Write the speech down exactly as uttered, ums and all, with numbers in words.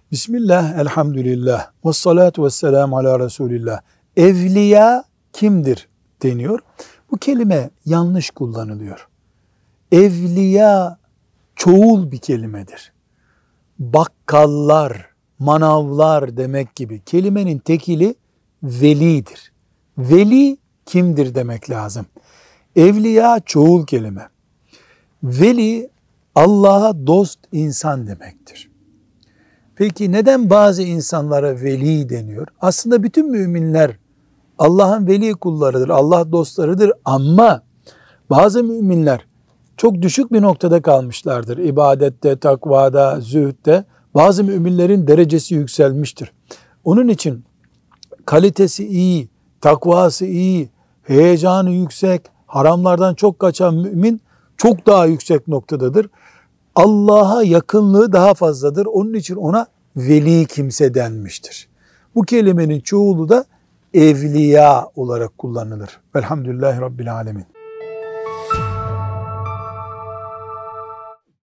Bismillah, elhamdülillah, ve salatu ve selamu ala Resulillah. Evliya kimdir deniyor. Bu kelime yanlış kullanılıyor. Evliya çoğul bir kelimedir. Bakkallar, manavlar demek gibi. Kelimenin tekili velidir. Veli kimdir demek lazım. Evliya çoğul kelime. Veli Allah'a dost insan demektir. Peki neden bazı insanlara veli deniyor? Aslında bütün müminler Allah'ın veli kullarıdır, Allah dostlarıdır ama bazı müminler çok düşük bir noktada kalmışlardır. İbadette, takvada, zühdde bazı müminlerin derecesi yükselmiştir. Onun için kalitesi iyi, takvası iyi, heyecanı yüksek, haramlardan çok kaçan mümin çok daha yüksek noktadadır. Allah'a yakınlığı daha fazladır. Onun için ona veli kimse denmiştir. Bu kelimenin çoğulu da evliya olarak kullanılır. Velhamdülillahi Rabbil Alemin.